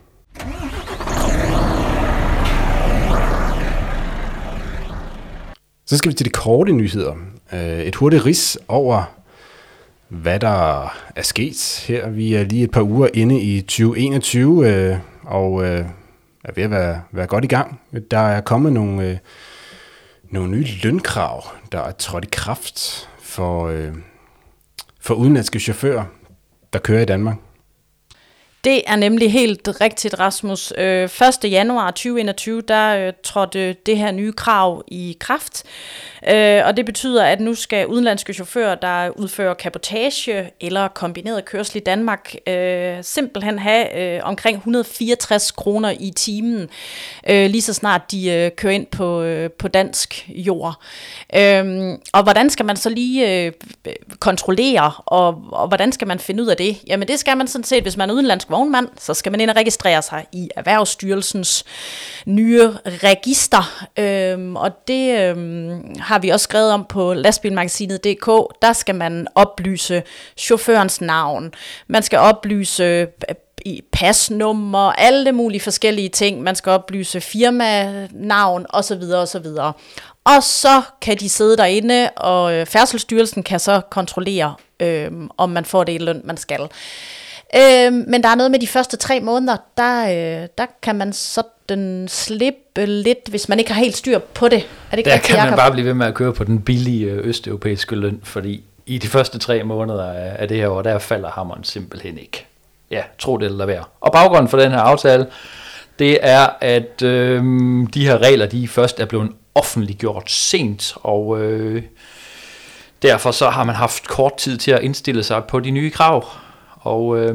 Så skal vi til de korte nyheder. Et hurtigt rids over, hvad der er sket her. Vi er lige et par uger inde i 2021, og er ved at være godt i gang. Der er kommet nogle nye lønkrav, der er trådt i kraft for udenlandske chauffører, der kører i Danmark. Det er nemlig helt rigtigt, Rasmus. 1. januar 2021, der trådte det her nye krav i kraft. Og det betyder, at nu skal udenlandske chauffører, der udfører cabotage eller kombineret kørsel i Danmark, simpelthen have omkring 164 kroner i timen, lige så snart de kører ind på dansk jord. Og hvordan skal man så lige kontrollere, og hvordan skal man finde ud af det? Jamen det skal man sådan set, hvis man er udenlandsk vognmand, så skal man ind og registrere sig i Erhvervsstyrelsens nye register. Og det har vi også skrevet om på lastbilmagasinet.dk. Der skal man oplyse chaufførens navn. Man skal oplyse i pasnummer, alle mulige forskellige ting. Man skal oplyse firmanavn osv. osv. Og så kan de sidde derinde, og Færdselsstyrelsen kan så kontrollere, om man får det i løn, man skal. Men der er noget med de første 3 måneder, der kan man sådan slippe lidt, hvis man ikke har helt styr på det. Er det ikke der rigtigt, kan man Jacob? bare blive ved med at køre på den billige østeuropæiske løn, fordi i de første 3 måneder af det her år, der falder hammeren simpelthen ikke. Ja, tro det eller være. Og baggrunden for den her aftale, det er, at de her regler, de først er blevet offentliggjort sent, og derfor så har man haft kort tid til at indstille sig på de nye krav. Og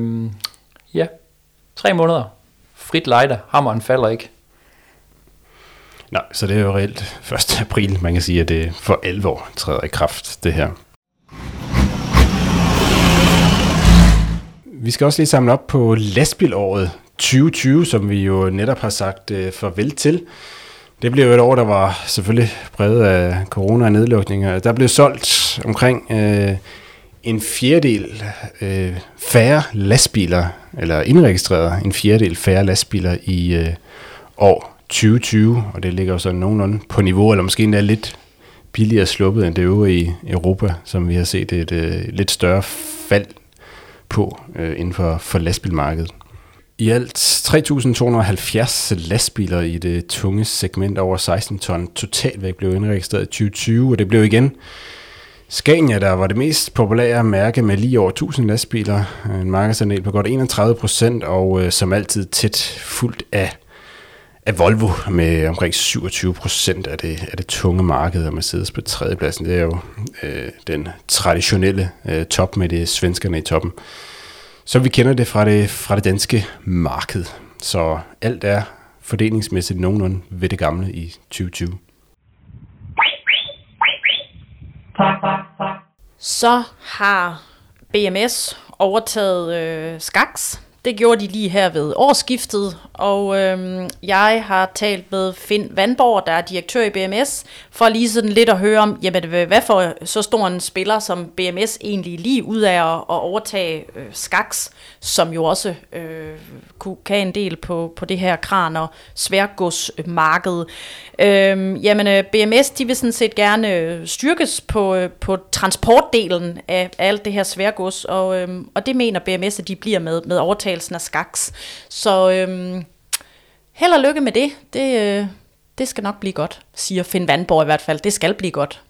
3 måneder. Frit lejde. Hammeren falder ikke. Nej, så det er jo reelt 1. april, man kan sige, at det for alvor træder i kraft, det her. Vi skal også lige samle op på lastbilåret 2020, som vi jo netop har sagt farvel til. Det blev jo et år, der var selvfølgelig præget af corona og nedlukninger. Der blev solgt omkring en fjerdedel færre lastbiler, eller indregistreret en fjerdedel færre lastbiler i år 2020, og det ligger jo sådan nogenlunde på niveau, eller måske endda lidt billigere sluppet end det øvrige i Europa, som vi har set et lidt større fald på inden for lastbilmarkedet. I alt 3.270 lastbiler i det tunge segment over 16 ton totalvægt blev indregistreret i 2020, og det blev igen Scania, der var det mest populære mærke med lige over 1.000 lastbiler. En markedsandel på godt 31%, og som altid tæt fuldt af Volvo med omkring 27% af det tunge marked, og Mercedes på 3. pladsen. Det er jo den traditionelle top med det svenskerne i toppen. Så vi kender det fra det danske marked. Så alt er fordelingsmæssigt nogenlunde ved det gamle i 2020. Så har BMS overtaget Skaks. Det gjorde de lige her ved årsskiftet, og jeg har talt med Finn Vandborg, der er direktør i BMS, for lige sådan lidt at høre om, jamen, hvad for så stor en spiller som BMS egentlig lige ud af at overtage Skaks, som jo også kan en del på det her kran- og sværgodsmarked. Jamen, BMS, de vil sådan set gerne styrkes på transportdelen af alt det her sværgods, og det mener BMS, at de bliver med overtagelsen af Skaks. Så held og lykke med det. Det skal nok blive godt, siger Finn Vandborg i hvert fald. Det skal blive godt.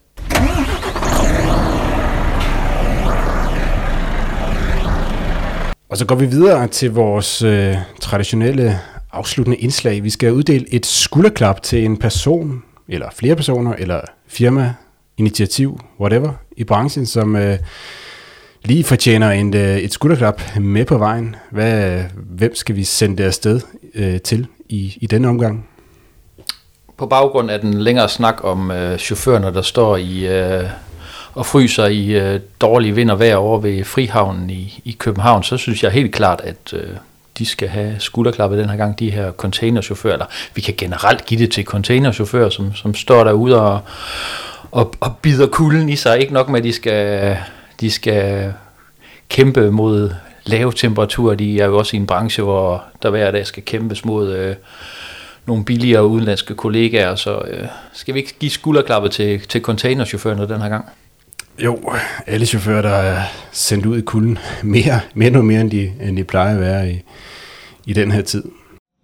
Og så går vi videre til vores traditionelle afsluttende indslag. Vi skal uddele et skulderklap til en person, eller flere personer, eller firma, initiativ, whatever, i branchen, som lige fortjener et skulderklap med på vejen. Hvem skal vi sende det afsted til i denne omgang? På baggrund af den længere snak om chaufførerne, der står og fryser i dårlig vind og vejr over ved Frihavnen i København, så synes jeg helt klart, at de skal have skulderklappet den her gang, de her containerchauffører. Eller vi kan generelt give det til containerchauffører, som står derude og bider kulden i sig. Ikke nok med, at de skal kæmpe mod lave temperaturer. De er jo også i en branche, hvor der hver dag skal kæmpes mod nogle billigere udenlandske kollegaer. Så skal vi ikke give skulderklappet til containerchaufførerne den her gang? Jo, alle chauffører, der er sendt ud i kulden, mere end de plejer at være i den her tid.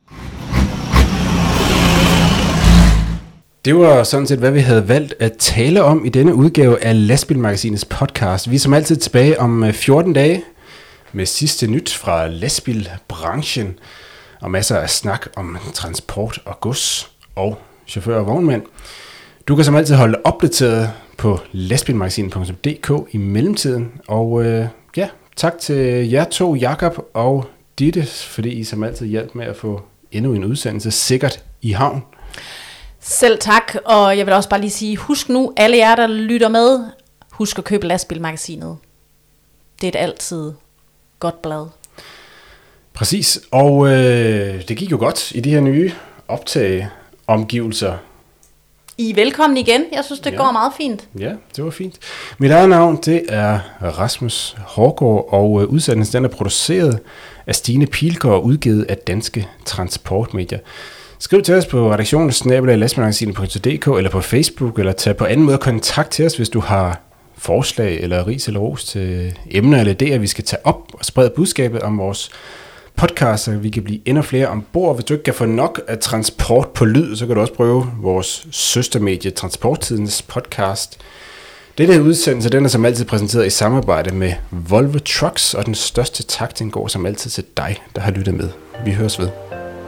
Det var sådan set, hvad vi havde valgt at tale om i denne udgave af Lastbilmagasinets podcast. Vi er som altid tilbage om 14 dage med sidste nyt fra lastbilbranchen og masser af snak om transport og gods og chauffører og vognmænd. Du kan som altid holde opdateret på lastbilmagasinet.dk i mellemtiden. Og tak til jer to, Jakob og Ditte, fordi I som altid hjalp med at få endnu en udsendelse sikkert i havn. Selv tak, og jeg vil også bare lige sige, husk nu, alle jer, der lytter med, husk at købe Lastbilmagasinet. Det er et altid godt blad. Præcis, og det gik jo godt i de her nye optageomgivelser. I er velkommen igen. Jeg synes, det går meget fint. Ja, det var fint. Mit eget navn, det er Rasmus Hårgaard, og udsendelsen den er produceret af Stine Pilgaard og udgivet af Danske Transportmedier. Skriv til os på redaktionen@lastbilmagasinet.dk eller på Facebook, eller tag på anden måde kontakt til os, hvis du har forslag eller ris eller ros til emner eller idéer, vi skal tage op og sprede budskabet om vores podcast, så vi kan blive endnu flere ombord. Hvis du ikke kan få nok af transport på lyd, så kan du også prøve vores søstermedie Transporttidens podcast. Denne udsendelse, den er som altid præsenteret i samarbejde med Volvo Trucks, og den største tak, den går som altid til dig, der har lyttet med. Vi høres ved.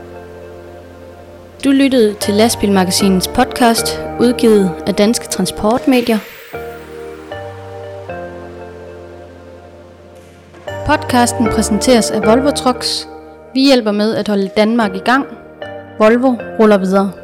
Du lyttede til Lastbilmagasinets podcast, udgivet af Danske Transportmedier. Podcasten præsenteres af Volvo Trucks. Vi hjælper med at holde Danmark i gang. Volvo ruller videre.